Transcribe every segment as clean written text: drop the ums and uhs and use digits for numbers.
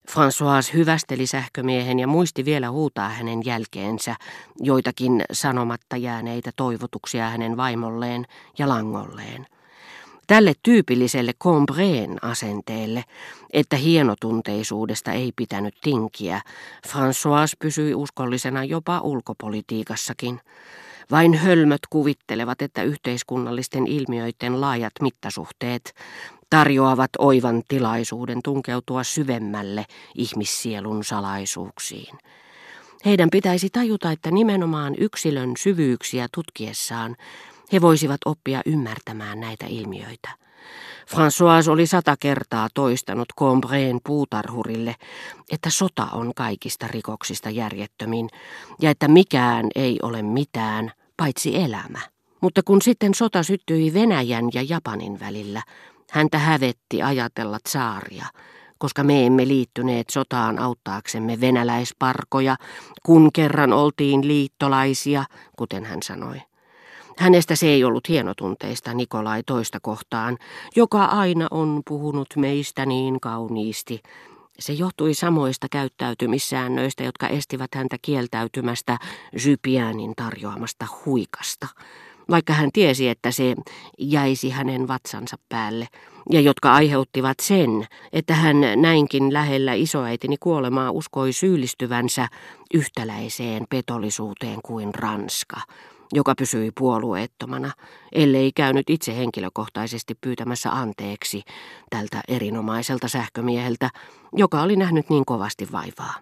François hyvästeli sähkömiehen ja muisti vielä huutaa hänen jälkeensä joitakin sanomatta jääneitä toivotuksia hänen vaimolleen ja langolleen. Tälle tyypilliselle Combrén asenteelle, että hienotunteisuudesta ei pitänyt tinkiä, François pysyi uskollisena jopa ulkopolitiikassakin. Vain hölmöt kuvittelevat, että yhteiskunnallisten ilmiöiden laajat mittasuhteet tarjoavat oivan tilaisuuden tunkeutua syvemmälle ihmissielun salaisuuksiin. Heidän pitäisi tajuta, että nimenomaan yksilön syvyyksiä tutkiessaan he voisivat oppia ymmärtämään näitä ilmiöitä. François oli 100 kertaa toistanut Combrén puutarhurille, että sota on kaikista rikoksista järjettömin ja että mikään ei ole mitään, paitsi elämä. Mutta kun sitten sota syttyi Venäjän ja Japanin välillä, häntä hävetti ajatella tsaaria, koska me emme liittyneet sotaan auttaaksemme venäläisparkoja, kun kerran oltiin liittolaisia, kuten hän sanoi. Hänestä se ei ollut hienotunteista Nikolai toista kohtaan, joka aina on puhunut meistä niin kauniisti. Se johtui samoista käyttäytymissäännöistä, jotka estivät häntä kieltäytymästä Jypianin tarjoamasta huikasta, vaikka hän tiesi, että se jäisi hänen vatsansa päälle, ja jotka aiheuttivat sen, että hän näinkin lähellä isoäitini kuolemaa uskoi syyllistyvänsä yhtäläiseen petollisuuteen kuin Ranska, joka pysyi puolueettomana, ellei käynyt itse henkilökohtaisesti pyytämässä anteeksi tältä erinomaiselta sähkömieheltä, joka oli nähnyt niin kovasti vaivaa.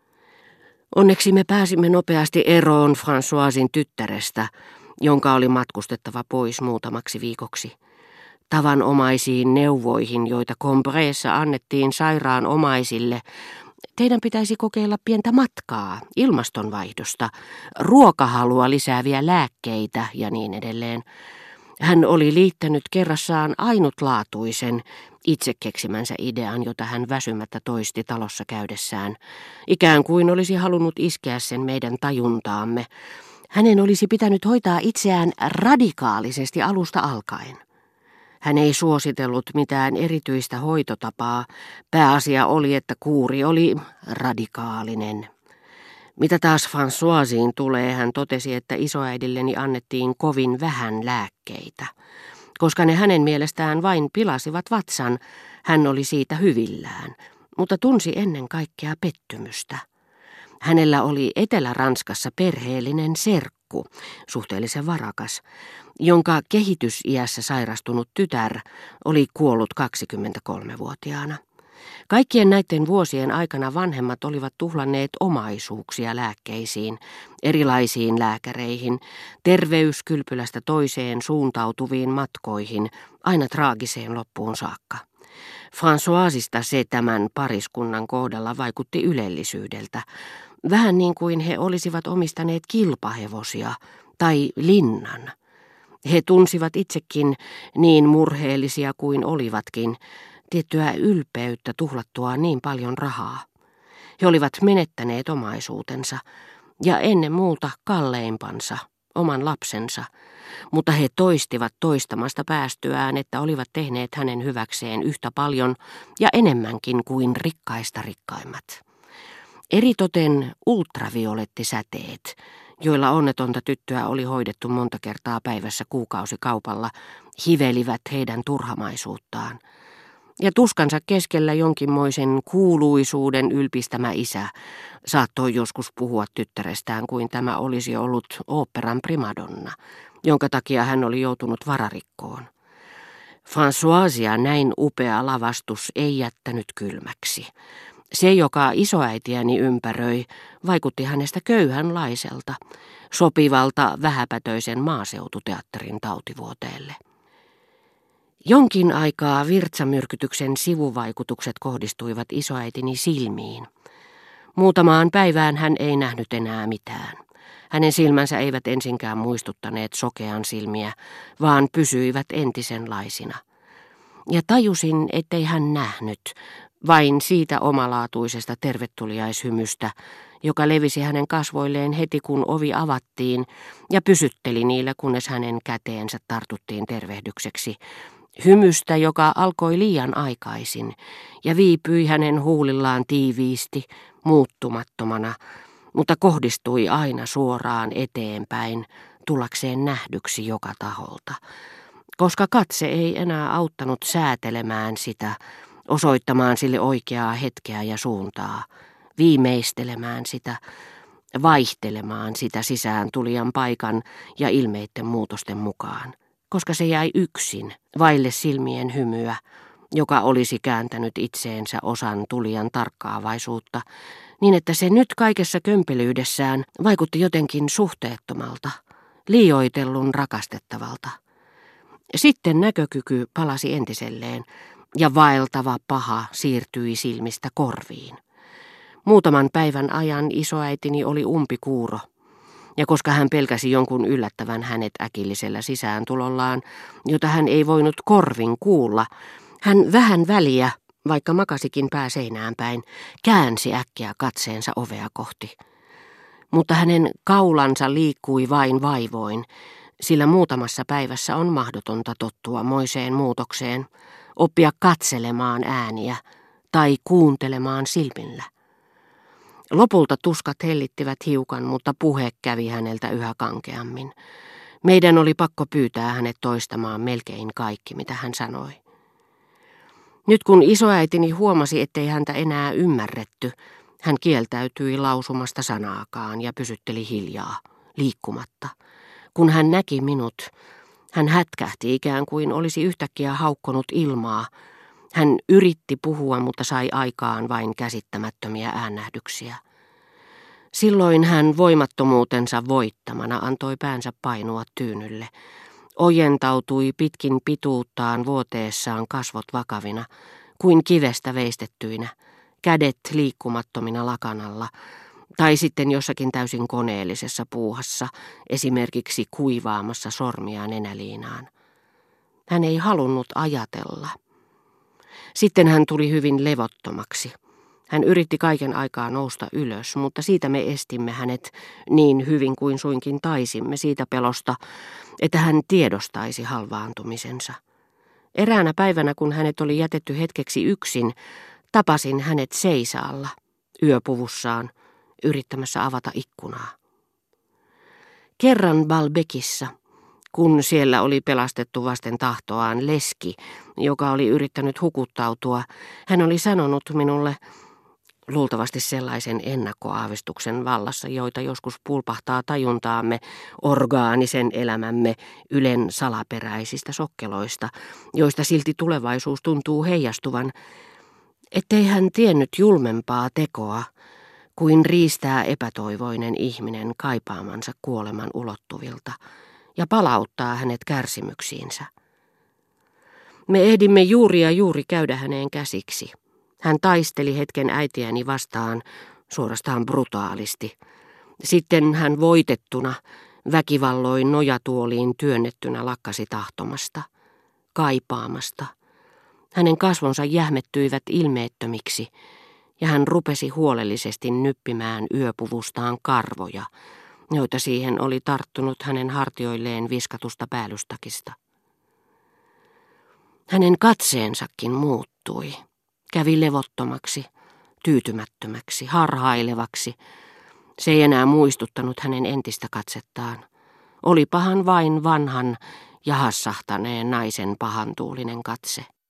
Onneksi me pääsimme nopeasti eroon Françoisin tyttärestä, jonka oli matkustettava pois muutamaksi viikoksi. Tavanomaisiin neuvoihin, joita Combréssa annettiin sairaanomaisille, teidän pitäisi kokeilla pientä matkaa, ilmastonvaihdosta, ruokahalua lisääviä lääkkeitä ja niin edelleen. Hän oli liittänyt kerrassaan ainutlaatuisen, itse keksimänsä idean, jota hän väsymättä toisti talossa käydessään, ikään kuin olisi halunnut iskeä sen meidän tajuntaamme. Hänen olisi pitänyt hoitaa itseään radikaalisesti alusta alkaen. Hän ei suositellut mitään erityistä hoitotapaa. Pääasia oli, että kuuri oli radikaalinen. Mitä taas Françoisiin tulee, hän totesi, että isoäidilleni annettiin kovin vähän lääkkeitä. Koska ne hänen mielestään vain pilasivat vatsan, hän oli siitä hyvillään, mutta tunsi ennen kaikkea pettymystä. Hänellä oli Etelä-Ranskassa perheellinen serkku, suhteellisen varakas, jonka kehitysiässä sairastunut tytär oli kuollut 23-vuotiaana. Kaikkien näiden vuosien aikana vanhemmat olivat tuhlanneet omaisuuksia lääkkeisiin, erilaisiin lääkäreihin, terveyskylpylästä toiseen suuntautuviin matkoihin, aina traagiseen loppuun saakka. Françoisista se tämän pariskunnan kohdalla vaikutti ylellisyydeltä, vähän niin kuin he olisivat omistaneet kilpahevosia tai linnan. He tunsivat itsekin, niin murheellisia kuin olivatkin, tiettyä ylpeyttä tuhlattua niin paljon rahaa. He olivat menettäneet omaisuutensa ja ennen muuta kalleimpansa, oman lapsensa, mutta he toistivat toistamasta päästyään, että olivat tehneet hänen hyväkseen yhtä paljon ja enemmänkin kuin rikkaista rikkaimmat. Eritoten ultraviolettisäteet, joilla onnetonta tyttöä oli hoidettu monta kertaa päivässä kuukausikaupalla, hivelivät heidän turhamaisuuttaan. Ja tuskansa keskellä jonkinmoisen kuuluisuuden ylpistämä isä saattoi joskus puhua tyttärestään kuin tämä olisi ollut oopperan primadonna, jonka takia hän oli joutunut vararikkoon. Françoisia näin upea lavastus ei jättänyt kylmäksi. Se, joka isoäitiäni ympäröi, vaikutti hänestä köyhänlaiselta, sopivalta vähäpätöisen maaseututeatterin tautivuoteelle. Jonkin aikaa virtsamyrkytyksen sivuvaikutukset kohdistuivat isoäitini silmiin. Muutamaan päivään hän ei nähnyt enää mitään. Hänen silmänsä eivät ensinkään muistuttaneet sokean silmiä, vaan pysyivät entisenlaisina. Ja tajusin, ettei hän nähnyt, vain siitä omalaatuisesta tervetuliaishymystä, joka levisi hänen kasvoilleen heti kun ovi avattiin ja pysytteli niillä, kunnes hänen käteensä tartuttiin tervehdykseksi, Hymystä, joka alkoi liian aikaisin ja viipyi hänen huulillaan tiiviisti, muuttumattomana, mutta kohdistui aina suoraan eteenpäin, tullakseen nähdyksi joka taholta, koska katse ei enää auttanut säätelemään sitä, osoittamaan sille oikeaa hetkeä ja suuntaa, viimeistelemään sitä, vaihtelemaan sitä sisään tulijan paikan ja ilmeitten muutosten mukaan, koska se jäi yksin, vaille silmien hymyä, joka olisi kääntänyt itseensä osan tulijan tarkkaavaisuutta, niin että se nyt kaikessa kömpelyydessään vaikutti jotenkin suhteettomalta, liioitellun rakastettavalta. Sitten näkökyky palasi entiselleen, ja vaeltava paha siirtyi silmistä korviin. Muutaman päivän ajan isoäitini oli umpikuuro, ja koska hän pelkäsi jonkun yllättävän hänet äkillisellä sisääntulollaan, jota hän ei voinut korvin kuulla, hän vähän väliä, vaikka makasikin pää seinään päin, käänsi äkkiä katseensa ovea kohti. Mutta hänen kaulansa liikkui vain vaivoin, sillä muutamassa päivässä on mahdotonta tottua moiseen muutokseen, oppia katselemaan ääniä tai kuuntelemaan silmillä. Lopulta tuskat hellittivät hiukan, mutta puhe kävi häneltä yhä kankeammin. Meidän oli pakko pyytää hänet toistamaan melkein kaikki, mitä hän sanoi. Nyt kun isoäitini huomasi, ettei häntä enää ymmärretty, hän kieltäytyi lausumasta sanaakaan ja pysytteli hiljaa, liikkumatta. Kun hän näki minut, hän hätkähti ikään kuin olisi yhtäkkiä haukkonut ilmaa. Hän yritti puhua, mutta sai aikaan vain käsittämättömiä äännähdyksiä. Silloin hän voimattomuutensa voittamana antoi päänsä painua tyynylle. Ojentautui pitkin pituuttaan vuoteessaan kasvot vakavina, kuin kivestä veistettyinä, kädet liikkumattomina lakanalla, tai sitten jossakin täysin koneellisessa puuhassa, esimerkiksi kuivaamassa sormia nenäliinaan. Hän ei halunnut ajatella. Sitten hän tuli hyvin levottomaksi. Hän yritti kaiken aikaa nousta ylös, mutta siitä me estimme hänet niin hyvin kuin suinkin taisimme siitä pelosta, että hän tiedostaisi halvaantumisensa. Eräänä päivänä, kun hänet oli jätetty hetkeksi yksin, tapasin hänet seisaalla, yöpuvussaan, yrittämässä avata ikkunaa. Kerran Balbekissa, kun siellä oli pelastettu vasten tahtoaan leski, joka oli yrittänyt hukuttautua, hän oli sanonut minulle, luultavasti sellaisen ennakkoaavistuksen vallassa, joita joskus pulpahtaa tajuntaamme orgaanisen elämämme ylen salaperäisistä sokkeloista, joista silti tulevaisuus tuntuu heijastuvan, ettei hän tiennyt julmempaa tekoa kuin riistää epätoivoinen ihminen kaipaamansa kuoleman ulottuvilta ja palauttaa hänet kärsimyksiinsä. Me ehdimme juuri ja juuri käydä häneen käsiksi. Hän taisteli hetken äitiäni vastaan suorastaan brutaalisti. Sitten hän voitettuna, väkivalloin nojatuoliin työnnettynä lakkasi tahtomasta, kaipaamasta. Hänen kasvonsa jähmettyivät ilmeettömiksi ja hän rupesi huolellisesti nyppimään yöpuvustaan karvoja, joita siihen oli tarttunut hänen hartioilleen viskatusta päällystakista. Hänen katseensakin muuttui. Kävi levottomaksi, tyytymättömäksi, harhailevaksi. Se ei enää muistuttanut hänen entistä katsettaan. Olipahan vain vanhan ja hassahtaneen naisen pahantuulinen katse.